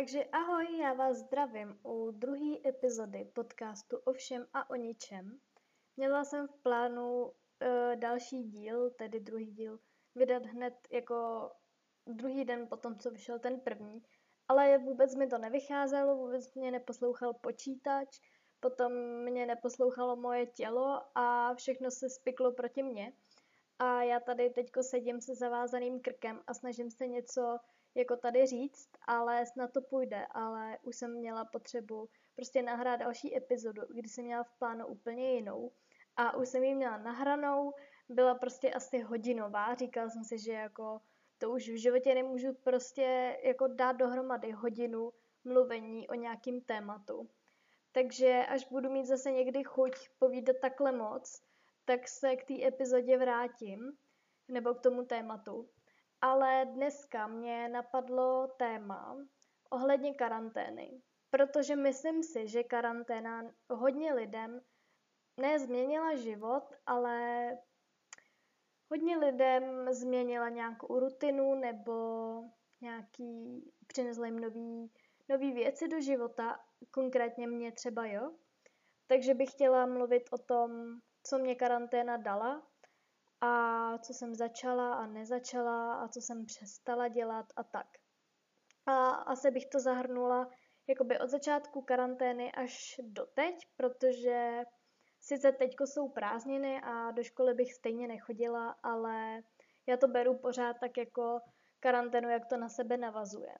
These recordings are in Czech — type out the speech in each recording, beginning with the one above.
Takže ahoj, já vás zdravím u druhé epizody podcastu O všem a o ničem. Měla jsem v plánu další díl, tedy druhý díl, vydat hned jako druhý den po tom, co vyšel ten první, ale vůbec mi to nevycházelo, vůbec mě neposlouchal počítač, potom mě neposlouchalo moje tělo a všechno se spiklo proti mně. A já tady teďko sedím se zavázaným krkem a snažím se něco jako tady říct, ale snad to půjde, ale už jsem měla potřebu prostě nahrát další epizodu, kdy jsem měla v plánu úplně jinou a už jsem ji měla nahranou, byla prostě asi hodinová, říkala jsem si, že jako to už v životě nemůžu prostě jako dát dohromady hodinu mluvení o nějakým tématu. Takže až budu mít zase někdy chuť povídat takhle moc, tak se k té epizodě vrátím, nebo k tomu tématu. Ale dneska mě napadlo téma ohledně karantény, protože myslím si, že karanténa hodně lidem ne změnila život, ale hodně lidem změnila nějakou rutinu nebo přinesla jim nový věci do života, konkrétně mě třeba jo. Takže bych chtěla mluvit o tom, co mě karanténa dala a co jsem začala a nezačala a co jsem přestala dělat a tak. A asi bych to zahrnula jakoby od začátku karantény až do teď, protože sice teďko jsou prázdniny a do školy bych stejně nechodila, ale já to beru pořád tak jako karanténu, jak to na sebe navazuje.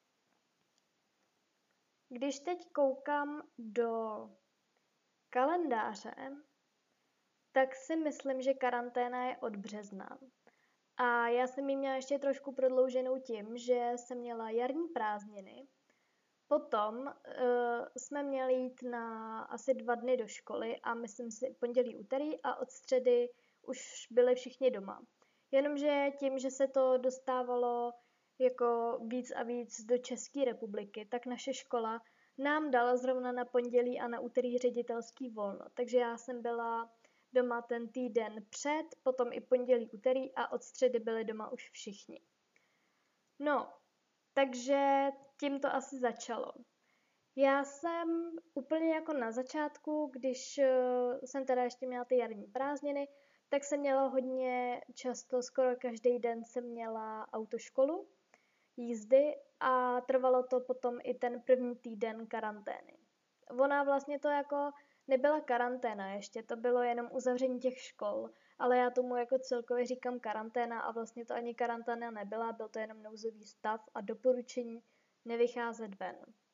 Když teď koukám do kalendáře, tak si myslím, že karanténa je od března. A já jsem ji měla ještě trošku prodlouženou tím, že jsem měla jarní prázdniny. Potom jsme měli jít na asi 2 dny do školy a myslím si pondělí, úterý a od středy už byli všichni doma. Jenomže tím, že se to dostávalo jako víc a víc do České republiky, tak naše škola nám dala zrovna na pondělí a na úterý ředitelský volno. Takže já jsem byla doma ten týden před, potom i pondělí, úterý a od středy byli doma už všichni. No, takže tím to asi začalo. Já jsem úplně jako na začátku, když jsem teda ještě měla ty jarní prázdniny, tak jsem měla hodně často, skoro každý den jsem měla autoškolu, jízdy a trvalo to potom i ten první týden karantény. Ona vlastně to jako nebyla karanténa ještě, to bylo jenom uzavření těch škol, ale já tomu jako celkově říkám karanténa a vlastně to ani karanténa nebyla, byl to jenom nouzový stav a doporučení nevycházet ven.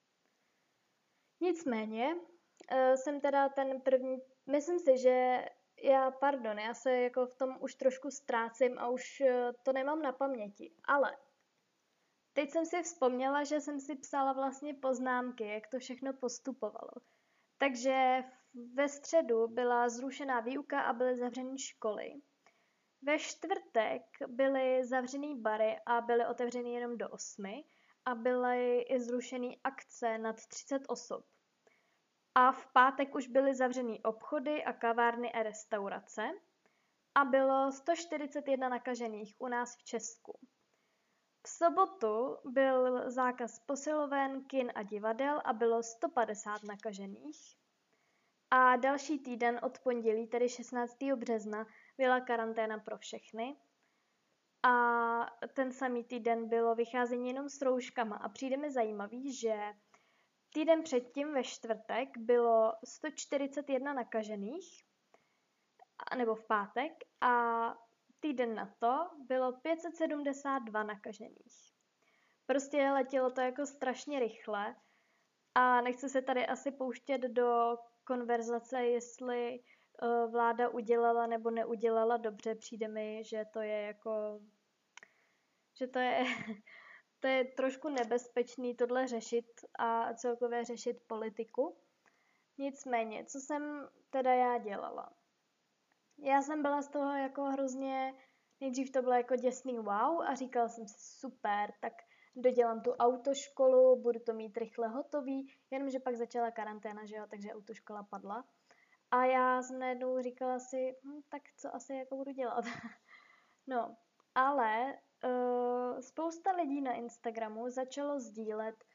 Nicméně jsem teda ten první, myslím si, že já se jako v tom už trošku ztrácím a už to nemám na paměti, ale teď jsem si vzpomněla, že jsem si psala vlastně poznámky, jak to všechno postupovalo. Takže ve středu byla zrušená výuka a byly zavřené školy. Ve čtvrtek byly zavřený bary a byly otevřeny jenom do 8 a byly i zrušené akce nad 30 osob. A v pátek už byly zavřený obchody a kavárny a restaurace a bylo 141 nakažených u nás v Česku. V sobotu byl zákaz posiloven, kin a divadel a bylo 150 nakažených. A další týden od pondělí, tedy 16. března, byla karanténa pro všechny. A ten samý týden bylo vycházení jenom s rouškama. A přijde mi zajímavý, že týden předtím ve čtvrtek bylo 141 nakažených, nebo v pátek, a týden na to bylo 572 nakažených. Prostě letělo to jako strašně rychle a nechci se tady asi pouštět do konverzace, jestli vláda udělala nebo neudělala dobře. Přijde mi, že to je jako, že to je trošku nebezpečný tohle řešit a celkově řešit politiku. Nicméně, co jsem teda já dělala? Já jsem byla z toho jako hrozně, nejdřív to bylo jako děsný wow a říkala jsem si super, tak dodělám tu autoškolu, budu to mít rychle hotový, jenomže pak začala karanténa, že jo, takže autoškola padla. A já jsem najednou říkala si, tak co asi jako budu dělat. No, ale spousta lidí na Instagramu začalo sdílet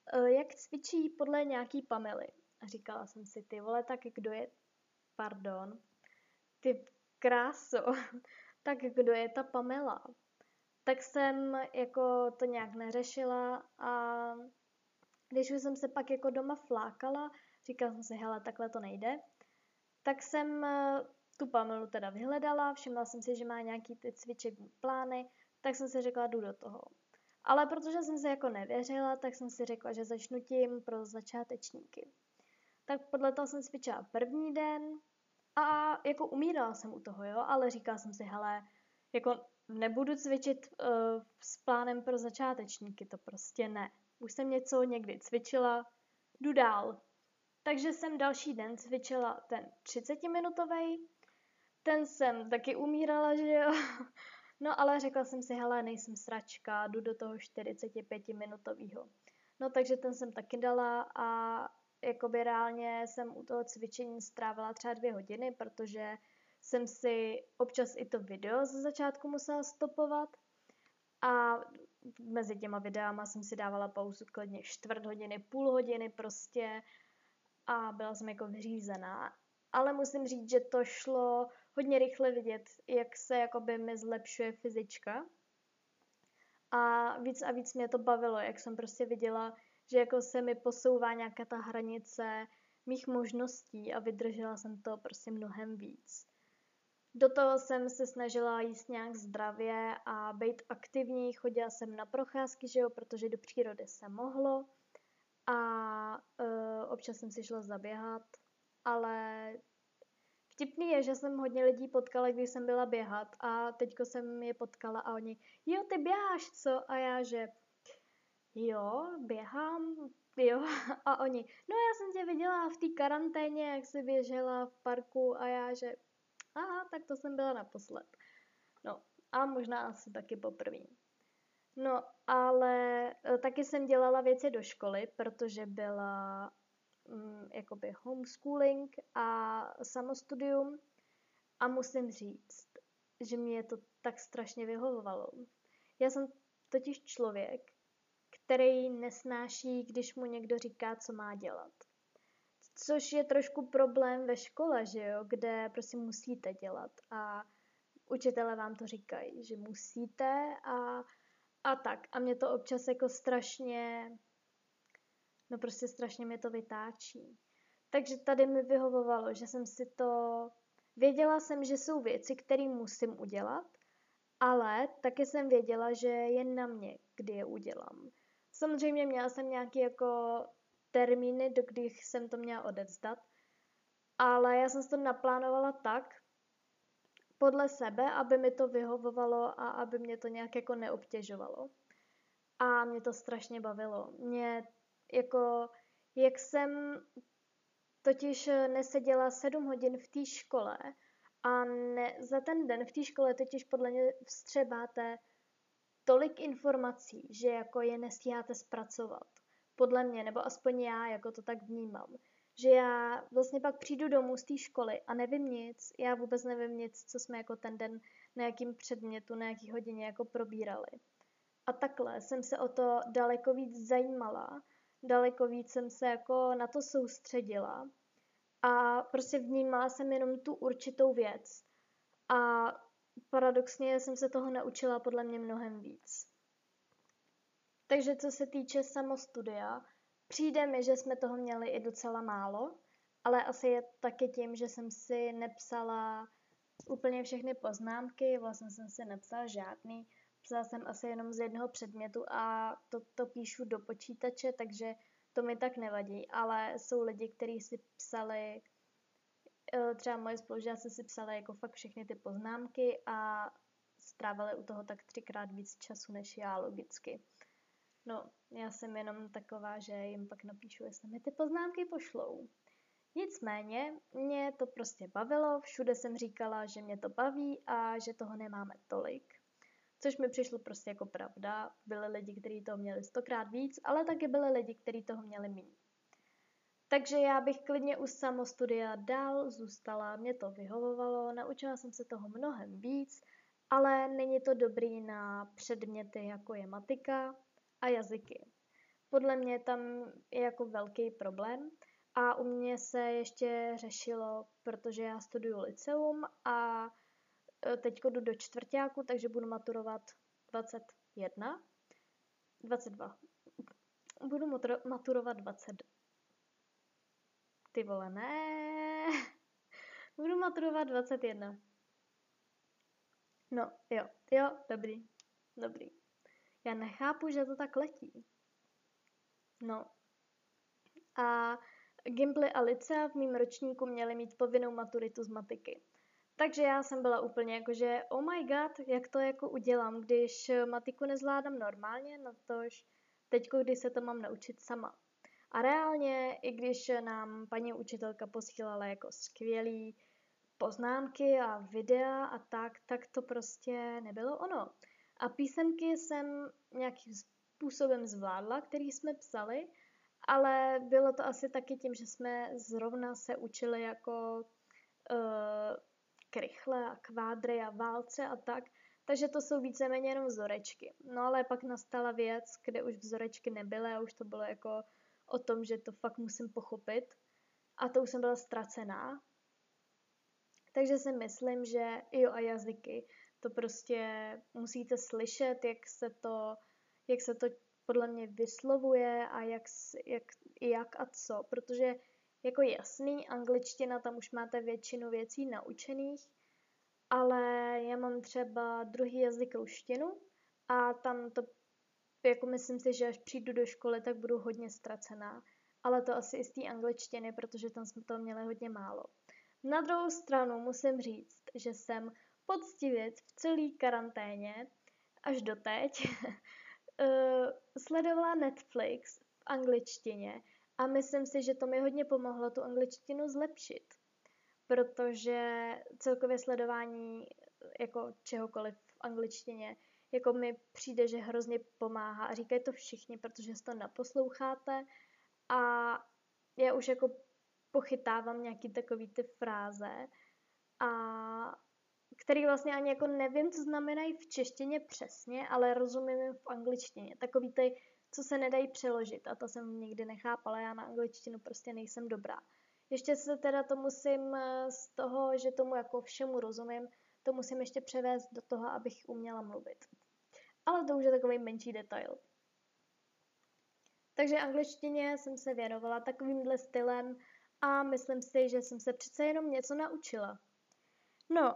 jak cvičí podle nějaký Pamely. A říkala jsem si, ty vole, tak kdo je, pardon, ty kráso, tak kdo je ta Pamela? Tak jsem jako to nějak neřešila a když už jsem se pak jako doma flákala, říkala jsem si, hele, takhle to nejde, tak jsem tu Pamelu teda vyhledala, všimla jsem si, že má nějaký ty cvičební plány, tak jsem si řekla, jdu do toho. Ale protože jsem se jako nevěřila, tak jsem si řekla, že začnu tím pro začátečníky. Tak podle toho jsem cvičila první den a jako umírala jsem u toho, jo, ale říkala jsem si, hele, jako nebudu cvičit s plánem pro začátečníky, to prostě ne. Už jsem něco někdy cvičila, jdu dál. Takže jsem další den cvičila ten 30-minutovej, ten jsem taky umírala, že jo. No ale řekla jsem si, hele, nejsem sračka, jdu do toho 45-minutového. No takže ten jsem taky dala a jakoby reálně jsem u toho cvičení strávila třeba 2 hodiny, protože jsem si občas i to video ze začátku musela stopovat a mezi těma videama jsem si dávala pauzu klidně 1/4 hodiny, půl hodiny prostě a byla jsem jako vyřízená. Ale musím říct, že to šlo hodně rychle vidět, jak se jakoby mi zlepšuje fyzička. A víc mě to bavilo, jak jsem prostě viděla, že jako se mi posouvá nějaká ta hranice mých možností a vydržela jsem to prostě mnohem víc. Do toho jsem se snažila jíst nějak zdravě a být aktivní, chodila jsem na procházky, že jo, protože do přírody se mohlo a občas jsem si šla zaběhat, ale vtipný je, že jsem hodně lidí potkala, když jsem byla běhat a teďko jsem je potkala a oni, jo, ty běháš, co? A já, že jo, běhám, jo. A oni, no já jsem tě viděla v té karanténě, jak jsi běžela v parku a já, že aha, tak to jsem byla naposled. No a možná asi taky poprvé. No, ale taky jsem dělala věci do školy, protože byla jakoby homeschooling a samostudium a musím říct, že mě to tak strašně vyhovovalo. Já jsem totiž člověk, který nesnáší, když mu někdo říká, co má dělat. Což je trošku problém ve škole, že jo, kde prostě musíte dělat a učitelé vám to říkají, že musíte a tak. A mě to občas jako strašně, no prostě strašně mě to vytáčí. Takže tady mi vyhovovalo, že jsem si to, věděla jsem, že jsou věci, které musím udělat, ale taky jsem věděla, že je na mě, kdy je udělám. Samozřejmě měla jsem nějaké jako termíny, do kterých jsem to měla odevzdat, ale já jsem si to naplánovala tak, podle sebe, aby mi to vyhovovalo a aby mě to nějak jako neobtěžovalo. A mě to strašně bavilo. Mě jako, jak jsem totiž neseděla 7 hodin v té škole a za ten den v té škole totiž podle mě vstřebáte tolik informací, že jako je nestíháte zpracovat. Podle mě, nebo aspoň já jako to tak vnímám. Že já vlastně pak přijdu domů z té školy a nevím nic, já vůbec nevím nic, co jsme jako ten den na jakým předmětu, na jaký hodině jako probírali. A takhle jsem se o to daleko víc zajímala, daleko víc jsem se jako na to soustředila a prostě vnímala jsem jenom tu určitou věc. A paradoxně jsem se toho naučila podle mě mnohem víc. Takže co se týče samostudia, přijde mi, že jsme toho měli i docela málo, ale asi je taky tím, že jsem si nepsala úplně všechny poznámky, vlastně jsem si nepsala žádný, psala jsem asi jenom z jednoho předmětu a to píšu do počítače, takže to mi tak nevadí, ale jsou lidi, kteří si psali, třeba moje spolužáci si psali jako fakt všechny ty poznámky a strávili u toho tak 3krát víc času než já logicky. No, já jsem jenom taková, že jim pak napíšu, jestli mi ty poznámky pošlou. Nicméně, mě to prostě bavilo, všude jsem říkala, že mě to baví a že toho nemáme tolik. Což mi přišlo prostě jako pravda. Byli lidi, kteří toho měli 100krát víc, ale taky byli lidi, kteří toho měli méně. Takže já bych klidně u samostudia dál zůstala, mě to vyhovovalo, naučila jsem se toho mnohem víc, ale není to dobrý na předměty, jako je matika a jazyky. podle mě tam je jako velký problém. A u mě se ještě řešilo, protože já studuju lyceum a teď jdu do čtvrťáku, takže budu maturovat 21, 22. Budu maturovat 20. Ty vole, ne. Budu maturovat 21. No, jo, dobrý. Já nechápu, že to tak letí. No. A Gimply a Licea v mým ročníku měly mít povinnou maturitu z matiky. Takže já jsem byla úplně jako, že oh my god, jak to jako udělám, když matiku nezvládám normálně, natož teďko, když se to mám naučit sama. A reálně, i když nám paní učitelka posílala jako skvělý poznámky a videa a tak to prostě nebylo ono. A písemky jsem nějakým způsobem zvládla, který jsme psali, ale bylo to asi taky tím, že jsme zrovna se učili jako krychle a kvádry a válce a tak, takže to jsou víceméně jenom vzorečky. No ale pak nastala věc, kde už vzorečky nebyly a už to bylo jako o tom, že to fakt musím pochopit a to už jsem byla ztracená. Takže si myslím, že jo a jazyky, to prostě musíte slyšet, jak se to podle mě vyslovuje a jak a co, protože jako jasný, angličtina, tam už máte většinu věcí naučených, ale já mám třeba druhý jazyk ruštinu a tam to, jako myslím si, že až přijdu do školy, tak budu hodně ztracená. Ale to asi i z té angličtiny, protože tam jsme toho měli hodně málo. Na druhou stranu musím říct, že jsem poctivě v celé karanténě až doteď sledovala Netflix v angličtině a myslím si, že to mi hodně pomohlo tu angličtinu zlepšit, protože celkově sledování jako čehokoliv v angličtině jako mi přijde, že hrozně pomáhá a říkají to všichni, protože si to naposloucháte a já už jako pochytávám nějaký takový ty fráze a který vlastně ani jako nevím, co znamenají v češtině přesně, ale rozumím jim v angličtině. Takový ty, co se nedají přeložit a to jsem nikdy nechápala, já na angličtinu prostě nejsem dobrá. Ještě se teda to musím z toho, že tomu jako všemu rozumím, to musím ještě převést do toho, abych uměla mluvit. Ale to už je takový menší detail. Takže angličtině jsem se věnovala takovýmhle stylem a myslím si, že jsem se přece jenom něco naučila. No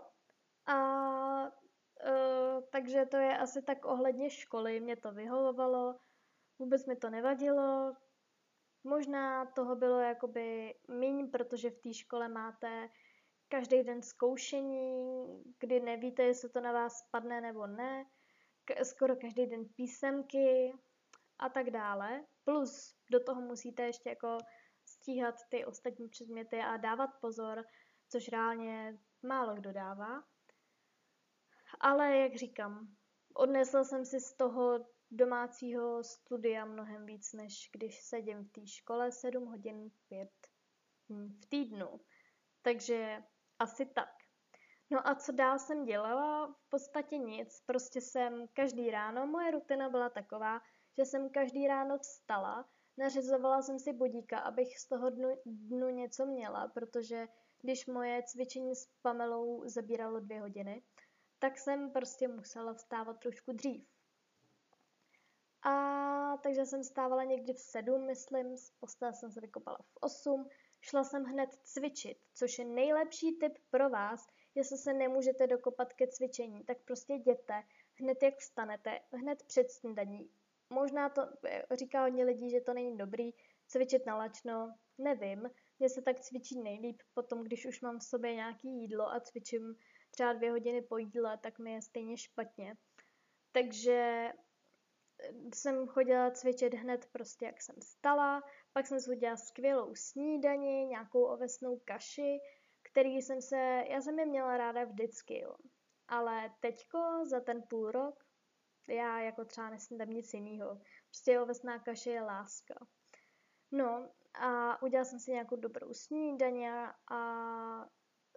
a takže to je asi tak ohledně školy, mě to vyhovovalo, vůbec mi to nevadilo, možná toho bylo jakoby míň, protože v té škole máte každý den zkoušení, kdy nevíte, jestli to na vás spadne nebo ne, skoro každý den písemky a tak dále. Plus do toho musíte ještě jako stíhat ty ostatní předměty a dávat pozor, což reálně málo kdo dává. Ale jak říkám, odnesla jsem si z toho domácího studia mnohem víc, než když sedím v té škole 7 hodin 5 v týdnu. Takže asi tak. No a co dál jsem dělala? V podstatě nic. Prostě jsem každý ráno, moje rutina byla taková, že jsem každý ráno vstala, nařizovala jsem si budíka, abych z toho dnu něco měla, protože když moje cvičení s Pamelou zabíralo 2 hodiny, tak jsem prostě musela vstávat trošku dřív. A takže jsem vstávala někdy v 7, myslím, z postele jsem se vykopala v 8, šla jsem hned cvičit, což je nejlepší tip pro vás, jestli se nemůžete dokopat ke cvičení, tak prostě jděte, hned jak vstanete, hned před snídaní. Možná to říká hodně lidí, že to není dobrý cvičit na lačno, nevím, mně se tak cvičí nejlíp potom, když už mám v sobě nějaké jídlo a cvičím třeba 2 hodiny po jídle, tak mi je stejně špatně. Takže jsem chodila cvičit hned prostě, jak jsem vstala, pak jsem si udělala skvělou snídani, nějakou ovesnou kaši, já jsem je měla ráda vždycky, jo. Ale teďko za ten půl rok já jako třeba nesnídám nic jiného. Prostě ovesná kaše je láska. No a udělala jsem si nějakou dobrou snídaně a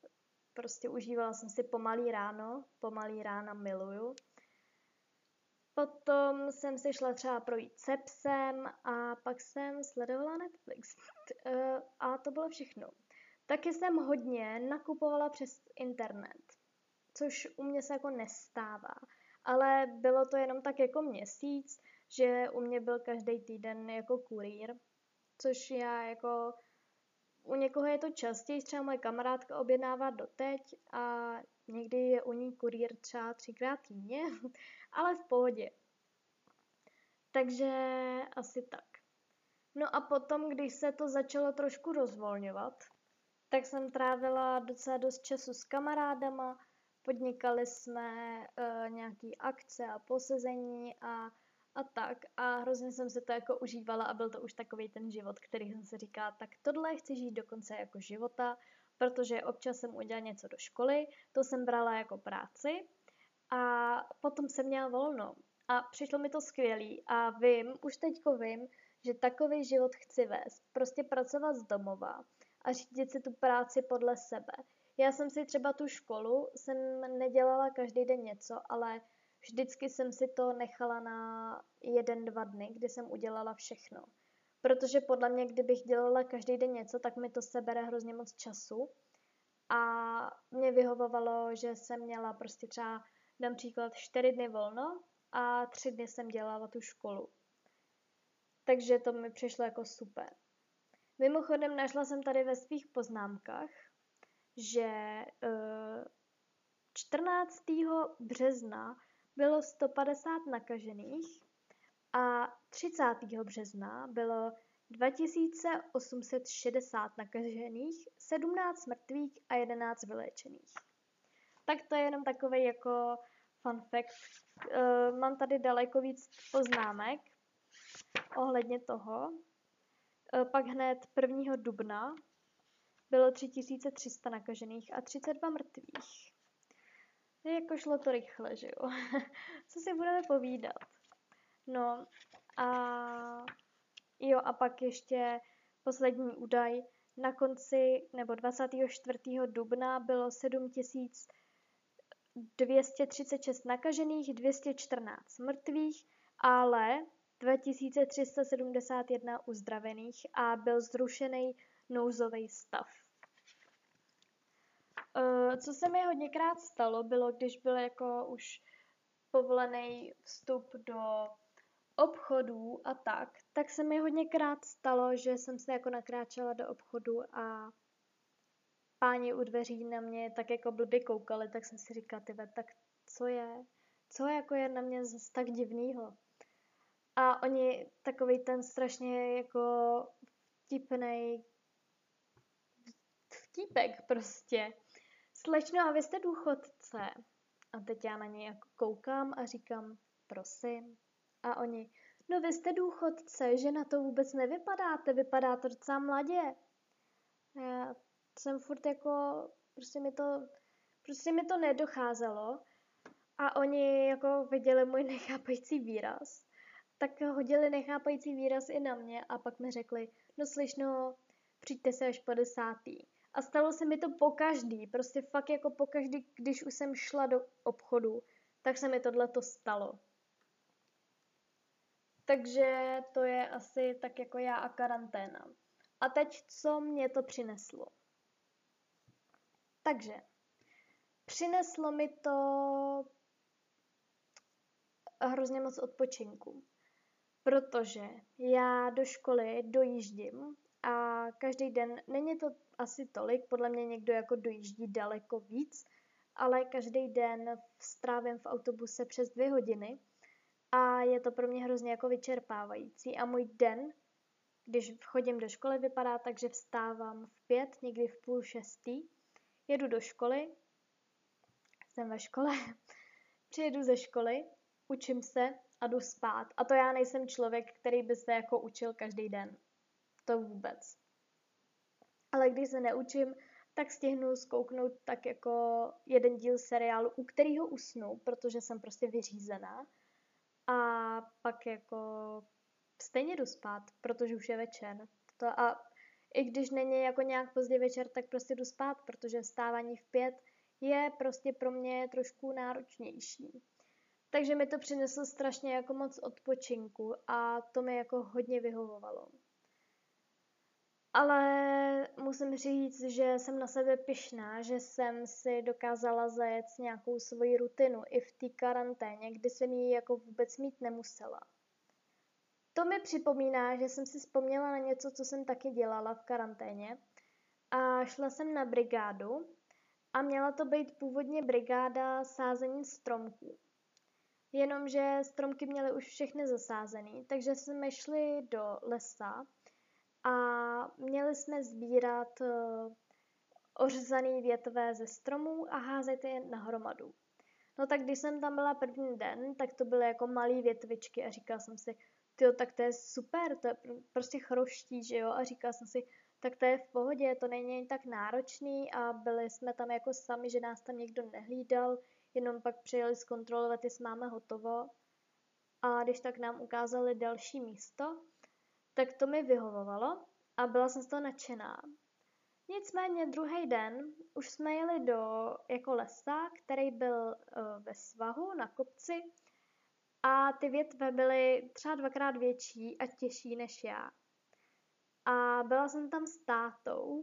prostě užívala jsem si pomalý ráno. Pomalý rána miluju. Potom jsem si šla třeba projít se psem a pak jsem sledovala Netflix. A to bylo všechno. Taky jsem hodně nakupovala přes internet, což u mě se jako nestává. Ale bylo to jenom tak jako měsíc, že u mě byl každý týden jako kurýr, což já jako u někoho je to častěji, třeba moje kamarádka objednává doteď a někdy je u ní kurýr třeba 3krát týdně, ale v pohodě. Takže asi tak. No a potom, když se to začalo trošku rozvolňovat, tak jsem trávila docela dost času s kamarádama, podnikali jsme nějaký akce a posezení a tak. A hrozně jsem se to jako užívala a byl to už takový ten život, který jsem si říkala, tak tohle chci žít do konce jako života, protože občas jsem udělala něco do školy, to jsem brala jako práci a potom jsem měla volno. A přišlo mi to skvělý a už teďko vím, že takový život chci vést. Prostě pracovat z domova a řídit si tu práci podle sebe. Já jsem si třeba tu školu, jsem nedělala každý den něco, ale vždycky jsem si to nechala na 1-2 dny, kdy jsem udělala všechno. Protože podle mě, kdybych dělala každý den něco, tak mi to sebere hrozně moc času. A mě vyhovovalo, že jsem měla prostě třeba, dám příklad, 4 dny volno a 3 dny jsem dělala tu školu. Takže to mi přišlo jako super. Mimochodem našla jsem tady ve svých poznámkách, že 14. března bylo 150 nakažených a 30. března bylo 2860 nakažených, 17 mrtvých a 11 vyléčených. Tak to je jenom takový jako fun fact. Mám tady daleko víc poznámek ohledně toho. Pak hned 1. dubna bylo 3300 nakažených a 32 mrtvých. Jako šlo to rychle, že jo? Co si budeme povídat? No a jo, a pak ještě poslední údaj. Na konci, nebo 24. dubna bylo 7236 nakažených, 214 mrtvých, ale 2371 uzdravených a byl zrušený nouzový stav. Co se mi hodněkrát stalo, bylo, když byl jako už povolený vstup do obchodů a tak se mi hodněkrát stalo, že jsem se jako nakráčela do obchodu a páni u dveří na mě tak jako blbě koukali, tak jsem si říkala, tak co je? Co jako je na mě zase tak divnýho? A oni takový ten strašně jako vtípek prostě. Slečno, a vy jste důchodce. A teď já na ně jako koukám a říkám, prosím. A oni, no vy jste důchodce, že na to vůbec nevypadáte, vypadá to docela mladě. Já jsem furt jako, prostě mi to nedocházelo. A oni jako viděli můj nechápající výraz, tak hodili nechápající výraz i na mě a pak mi řekli, no slyšno, přijďte se až po 10. A stalo se mi to pokaždý, prostě fakt jako pokaždý, když už jsem šla do obchodu, tak se mi tohleto stalo. Takže to je asi tak jako já a karanténa. A teď, co mě to přineslo? Takže, přineslo mi to hrozně moc odpočinku, protože já do školy dojíždím a každý den, není to asi tolik, podle mě někdo jako dojíždí daleko víc, ale každý den strávím v autobuse přes 2 hodiny a je to pro mě hrozně jako vyčerpávající. A můj den, když chodím do školy, vypadá tak, že vstávám v 5, někdy v 5:30, jedu do školy, jsem ve škole, přijedu ze školy, učím se a jdu spát. A to já nejsem člověk, který by se jako učil každý den. To vůbec. Ale když se neučím, tak stihnu zkouknout tak jako 1 díl seriálu, u kterého usnu, protože jsem prostě vyřízená. A pak jako stejně jdu spát, protože už je večer. A i když není jako nějak pozdě večer, tak prostě jdu spát, protože vstávání v 5 je prostě pro mě trošku náročnější. Takže mi to přineslo strašně jako moc odpočinku a to mi jako hodně vyhovovalo. Ale musím říct, že jsem na sebe pyšná, že jsem si dokázala zajet nějakou svoji rutinu i v té karanténě, kdy jsem ji jako vůbec mít nemusela. To mi připomíná, že jsem si vzpomněla na něco, co jsem taky dělala v karanténě a šla jsem na brigádu a měla to být původně brigáda sázení stromků. Jenomže stromky měly už všechny zasázený, takže jsme šli do lesa a měli jsme sbírat ořezaný větve ze stromů a házet je na hromadu. No tak když jsem tam byla první den, tak to byly jako malé větvičky a říkala jsem si, tyjo, tak to je super, to je prostě chroští, že jo? A říkala jsem si, tak to je v pohodě, to není tak náročný a byli jsme tam jako sami, že nás tam někdo nehlídal, jenom pak přijeli zkontrolovat, jestli máme hotovo. A když tak nám ukázali další místo, tak to mi vyhovovalo a byla jsem z toho nadšená. Nicméně druhý den už jsme jeli do jako lesa, který byl ve svahu na kopci a ty větve byly třeba 2x větší a těžší než já. A byla jsem tam s tátou,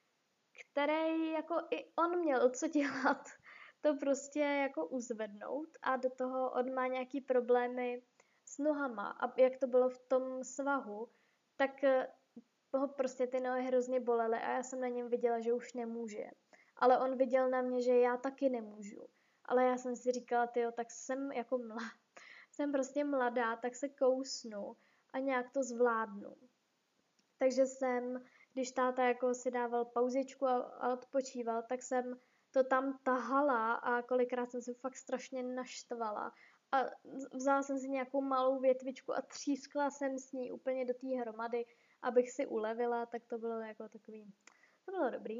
který jako i on měl co dělat, to prostě jako uzvednout a do toho on má nějaký problémy s nohama a jak to bylo v tom svahu, tak ho prostě ty nohy hrozně bolely a já jsem na něm viděla, že už nemůže. Ale on viděl na mě, že já taky nemůžu. Ale já jsem si říkala, tyjo, tak jsem jako jsem prostě mladá, tak se kousnu a nějak to zvládnu. Takže jsem, když táta jako si dával pauzičku a odpočíval, tak jsem to tam tahala a kolikrát jsem se fakt strašně naštvala. A vzala jsem si nějakou malou větvičku a třískla jsem s ní úplně do té hromady, abych si ulevila, tak to bylo jako takový, to bylo dobrý.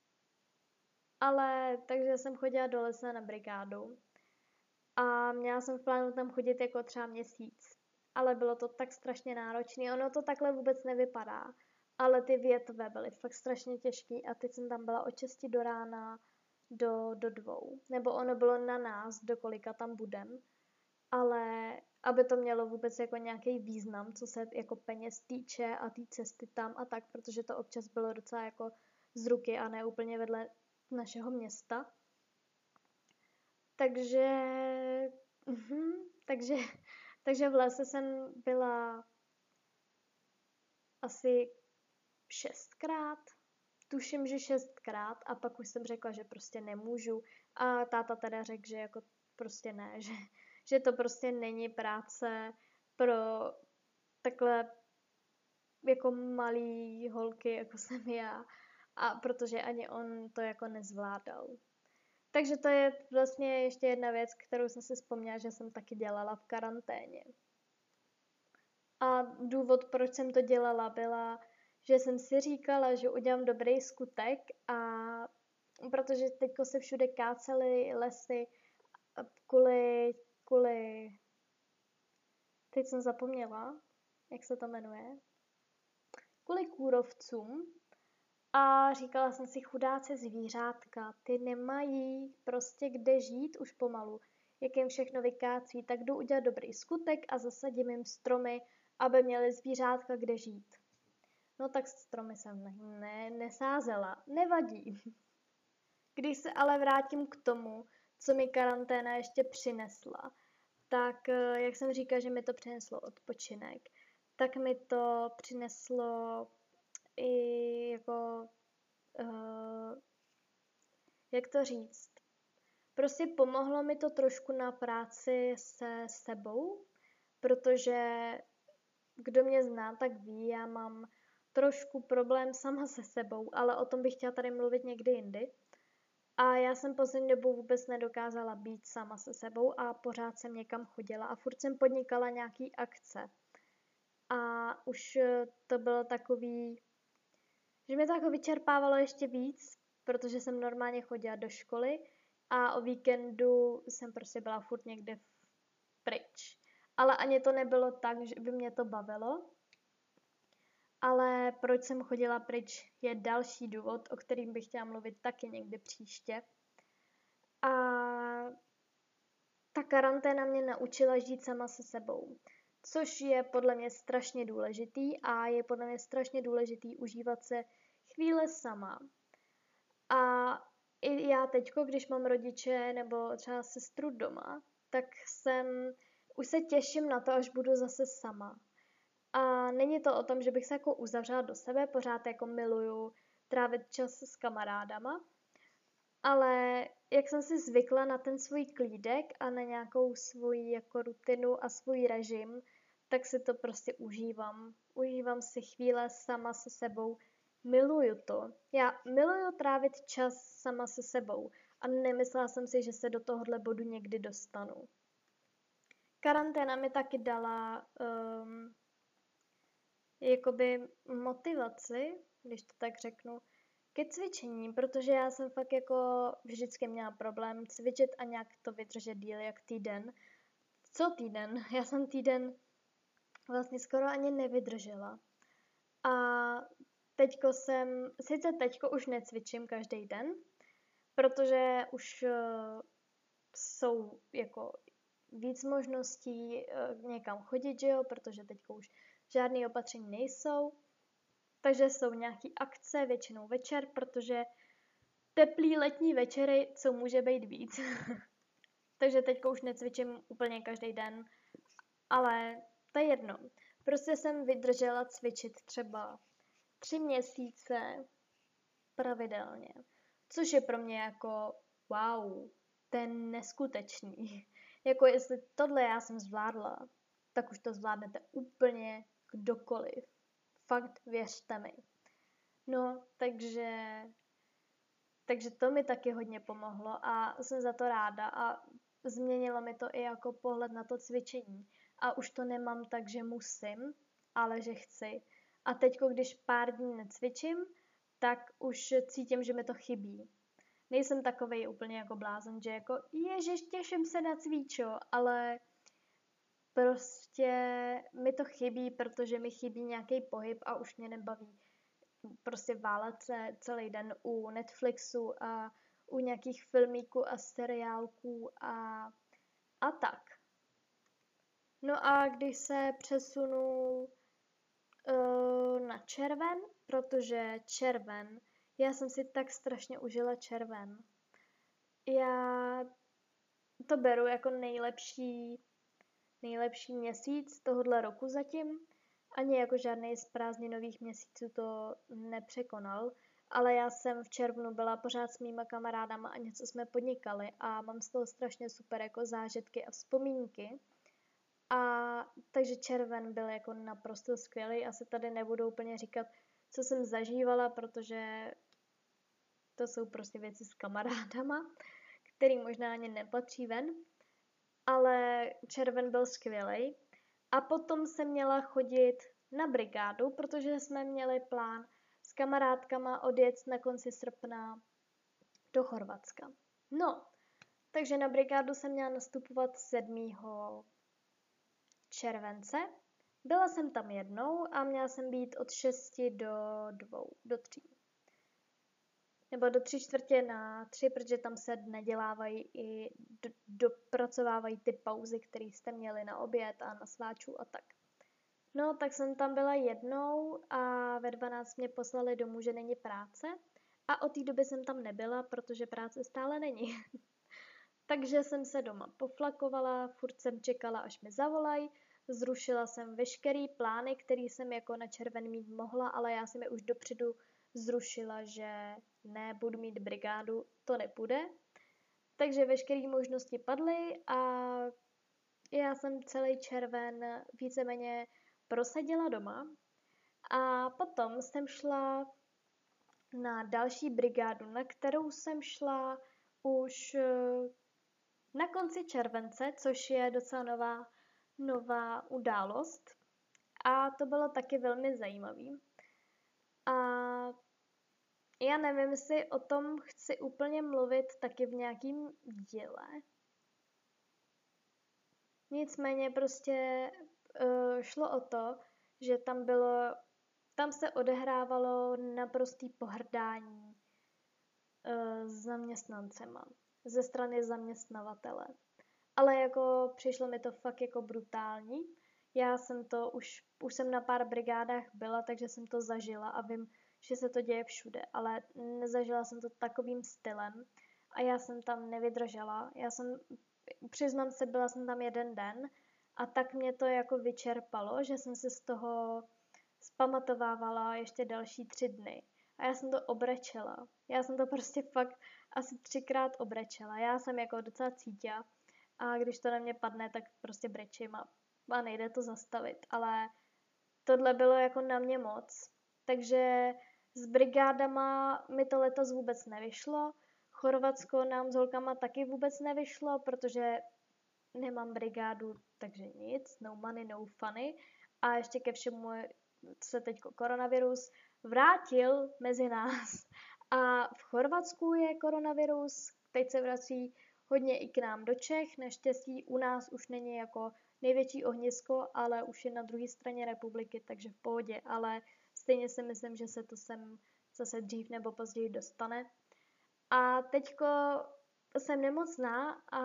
Ale takže jsem chodila do lesa na brigádu a měla jsem v plánu tam chodit jako třeba měsíc. Ale bylo to tak strašně náročné, ono to takhle vůbec nevypadá. Ale ty větve byly fakt strašně těžký a teď jsem tam byla od 6 do rána do 2. Nebo ono bylo na nás, do kolika tam budem. Ale aby to mělo vůbec jako nějaký význam, co se jako peněz týče a té cesty tam a tak, protože to občas bylo docela jako z ruky a ne úplně vedle našeho města. Takže, takže, takže v lese jsem byla asi 6krát, tuším, že 6krát a pak už jsem řekla, že prostě nemůžu a táta teda řekl, že jako prostě ne, že to prostě není práce pro takhle jako malý holky, jako jsem já, a protože ani on to jako nezvládal. Takže to je vlastně ještě jedna věc, kterou jsem si vzpomněla, že jsem taky dělala v karanténě. A důvod, proč jsem to dělala, byla, že jsem si říkala, že udělám dobrý skutek a protože teďko se všude kácely lesy kvůli teď jsem zapomněla, jak se to jmenuje, kvůli kůrovcům a říkala jsem si, chudáci zvířátka, ty nemají prostě kde žít už pomalu, jak jim všechno vykácí, tak jdu udělat dobrý skutek a zasadím jim stromy, aby měli zvířátka kde žít. No tak stromy jsem nesázela, nevadí. Když se ale vrátím k tomu, co mi karanténa ještě přinesla, tak jak jsem říkala, že mi to přineslo odpočinek, tak mi to přineslo i jako, jak to říct, prostě pomohlo mi to trošku na práci se sebou, protože kdo mě zná, tak ví, já mám trošku problém sama se sebou, ale o tom bych chtěla tady mluvit někdy jindy. A já jsem poslední dobu vůbec nedokázala být sama se sebou a pořád jsem někam chodila a furt jsem podnikala nějaký akce. A už to bylo takový, že mě to jako vyčerpávalo ještě víc, protože jsem normálně chodila do školy a o víkendu jsem prostě byla furt někde pryč. Ale ani to nebylo tak, že by mě to bavilo. Ale proč jsem chodila pryč je další důvod, o kterým bych chtěla mluvit taky někdy příště. A ta karanténa mě naučila žít sama se sebou, což je podle mě strašně důležitý a je podle mě strašně důležitý užívat se chvíle sama. A i já teďko, když mám rodiče nebo třeba sestru doma, tak už se těším na to, až budu zase sama. A není to o tom, že bych se jako uzavřela do sebe, pořád jako miluju trávit čas s kamarádama, ale jak jsem si zvykla na ten svůj klídek a na nějakou svoji jako rutinu a svůj režim, tak si to prostě užívám. Užívám si chvíle sama se sebou. Miluju to. Já miluju trávit čas sama se sebou a nemyslela jsem si, že se do tohohle bodu někdy dostanu. Karanténa mi taky dala jakoby motivaci, když to tak řeknu, ke cvičení, protože já jsem fakt jako vždycky měla problém cvičit a nějak to vydržet díl jak týden. Co týden? Já jsem týden vlastně skoro ani nevydržela. A sice teďko už necvičím každý den, protože už jsou jako víc možností někam chodit, že jo, protože teďko už žádný opatření nejsou, takže jsou nějaký akce, většinou večer, protože teplý letní večery, co může být víc. Takže teďko už necvičím úplně každý den, ale to je jedno. Prostě jsem vydržela cvičit třeba 3 měsíce pravidelně, což je pro mě jako wow, to je neskutečný. Jako jestli tohle já jsem zvládla, tak už to zvládnete úplně kdokoliv. Fakt věřte mi. No, takže to mi taky hodně pomohlo a jsem za to ráda a změnilo mi to i jako pohled na to cvičení. A už to nemám tak, že musím, ale že chci. A teďko, když pár dní necvičím, tak už cítím, že mi to chybí. Nejsem takovej úplně jako blázen, že jako ježiš, těším se na cvičo, ale prostě mi to chybí, protože mi chybí nějaký pohyb a už mě nebaví prostě válet se celý den u Netflixu a u nějakých filmíků a seriálků a tak. No a když se přesunu na červen, protože já jsem si tak strašně užila červen. Já to beru jako nejlepší měsíc tohohle roku zatím. Ani jako žádný z prázdninových měsíců to nepřekonal, ale já jsem v červnu byla pořád s mýma kamarádama a něco jsme podnikali a mám z toho strašně super jako zážitky a vzpomínky. A takže červen byl jako naprosto skvělý. Asi tady nebudu úplně říkat, co jsem zažívala, protože to jsou prostě věci s kamarádama, který možná ani nepatří ven. Ale červen byl skvělý. A potom jsem měla chodit na brigádu, protože jsme měli plán s kamarádkama odjet na konci srpna do Chorvatska. No, takže na brigádu jsem měla nastupovat 7. července. Byla jsem tam jednou a měla jsem být od 6 do 3. Nebo do 3/4 protože tam se nedělávají i dopracovávají ty pauzy, které jste měli na oběd a na sváčů a tak. No, tak jsem tam byla jednou a ve 12 mě poslali domů, že není práce a od té doby jsem tam nebyla, protože práce stále není. Takže jsem se doma poflakovala, furt jsem čekala, až mi zavolají, zrušila jsem veškerý plány, který jsem jako na červen mít mohla, ale já jsem je už dopředu zrušila, že ne, budu mít brigádu, to nepůjde. Takže veškeré možnosti padly a já jsem celý červen víceméně prosadila doma. A potom jsem šla na další brigádu, na kterou jsem šla už na konci července, což je docela nová událost. A to bylo taky velmi zajímavý. A já nevím, jestli o tom chci úplně mluvit taky v nějakým díle. Nicméně prostě šlo o to, že tam se odehrávalo naprostý pohrdání zaměstnancema ze strany zaměstnavatele. ale jako přišlo mi to fakt jako brutální. Já jsem to už jsem na pár brigádách byla, takže jsem to zažila a vím, že se to děje všude, ale nezažila jsem to takovým stylem a já jsem tam nevydržela. Přiznám se, byla jsem tam 1 den a tak mě to jako vyčerpalo, že jsem se z toho zpamatovávala ještě další 3 dny. A já jsem to obrečela. Já jsem to prostě fakt asi 3krát obrečela. Já jsem jako docela cítila a když to na mě padne, tak prostě brečím a nejde to zastavit. Ale tohle bylo jako na mě moc. Takže s brigádama mi to letos vůbec nevyšlo. Chorvatsko nám s holkama taky vůbec nevyšlo, protože nemám brigádu, takže nic, no money, no funny. A ještě ke všemu se teď koronavirus vrátil mezi nás. A v Chorvatsku je koronavirus, teď se vrací hodně i k nám do Čech. Naštěstí u nás už není jako největší ohnisko, ale už je na druhé straně republiky, takže v pohodě. Ale stejně si myslím, že se to sem zase dřív nebo později dostane. A teďko jsem nemocná a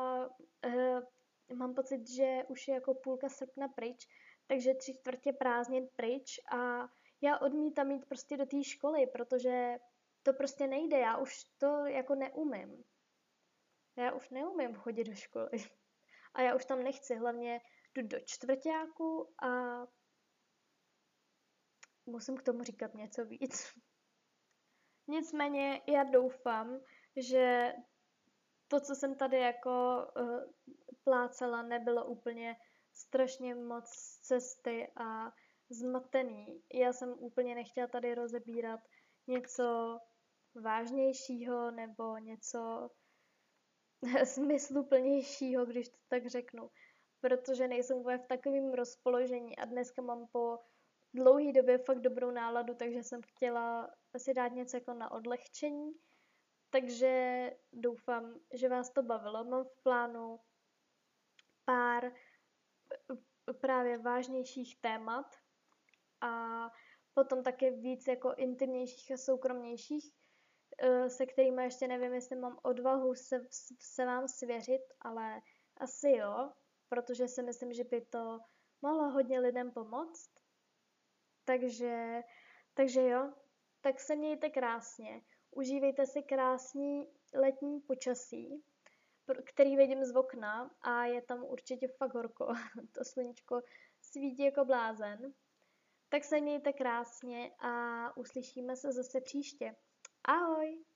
mám pocit, že už je jako půlka srpna pryč, takže 3/4 prázdnin pryč a já odmítám jít prostě do té školy, protože to prostě nejde, já už to jako neumím. Já už neumím chodit do školy. A já už tam nechci, hlavně jdu do čtvrťáku a musím k tomu říkat něco víc. Nicméně já doufám, že to, co jsem tady jako plácala, nebylo úplně strašně moc cesty a zmatený. Já jsem úplně nechtěla tady rozebírat něco vážnějšího nebo něco smysluplnějšího, když to tak řeknu. Protože nejsem úplně v takovém rozpoložení a dneska mám po dlouhé době fakt dobrou náladu, takže jsem chtěla si dát něco jako na odlehčení. Takže doufám, že vás to bavilo. Mám v plánu pár právě vážnějších témat a potom také víc jako intimnějších a soukromnějších, se kterými ještě nevím, jestli mám odvahu se vám svěřit, ale asi jo, protože si myslím, že by to mohlo hodně lidem pomoct. Takže jo, tak se mějte krásně. Užívejte si krásný letní počasí, který vidím z okna a je tam určitě fakt horko. To sluníčko svítí jako blázen. Tak se mějte krásně a uslyšíme se zase příště. Ahoj!